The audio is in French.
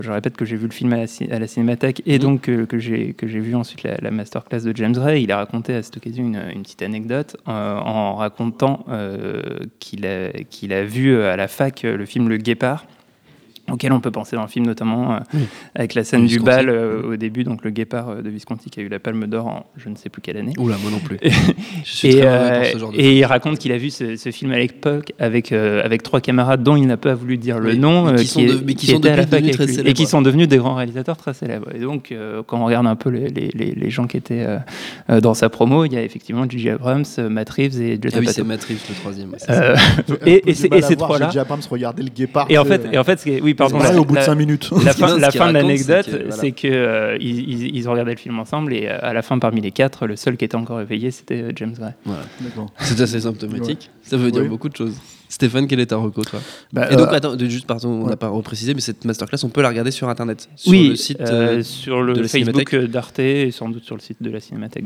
Je répète que j'ai vu le film à la Cinémathèque et donc que j'ai vu ensuite la masterclass de James Gray. Il a raconté à cette occasion une petite anecdote en racontant qu'il a vu à la fac le film Le Guépard, auquel on peut penser dans le film notamment avec la scène du bal au début, donc Le Guépard de Visconti qui a eu la Palme d'Or en je ne sais plus quelle année. Oula, moi non plus. Et il raconte qu'il a vu ce film à l'époque avec 3 camarades dont il n'a pas voulu dire le nom, qui sont devenus des grands réalisateurs très célèbres. Et donc, quand on regarde un peu les gens qui étaient dans sa promo, il y a effectivement J.J. Abrams, Matt Reeves et Judd Apatow. Oui, c'est Matt Reeves le troisième. Et ces trois-là. J.J. Abrams regardait Le Guépard. Et en fait, oui, pardon. Au bout de 5 minutes. La fin de l'anecdote, c'est que ils ont regardé le film ensemble et à la fin, parmi les 4, le seul qui était encore éveillé, c'était James Gray. Voilà. D'accord. C'est assez symptomatique. Ça veut dire beaucoup de choses. Stéphane, quel est ta reco, toi ? Et donc, attends, on n'a pas reprécisé, mais cette masterclass, on peut la regarder sur Internet, sur le site sur le de la Facebook Cinémathèque. d'Arte et sans doute sur le site de la Cinémathèque.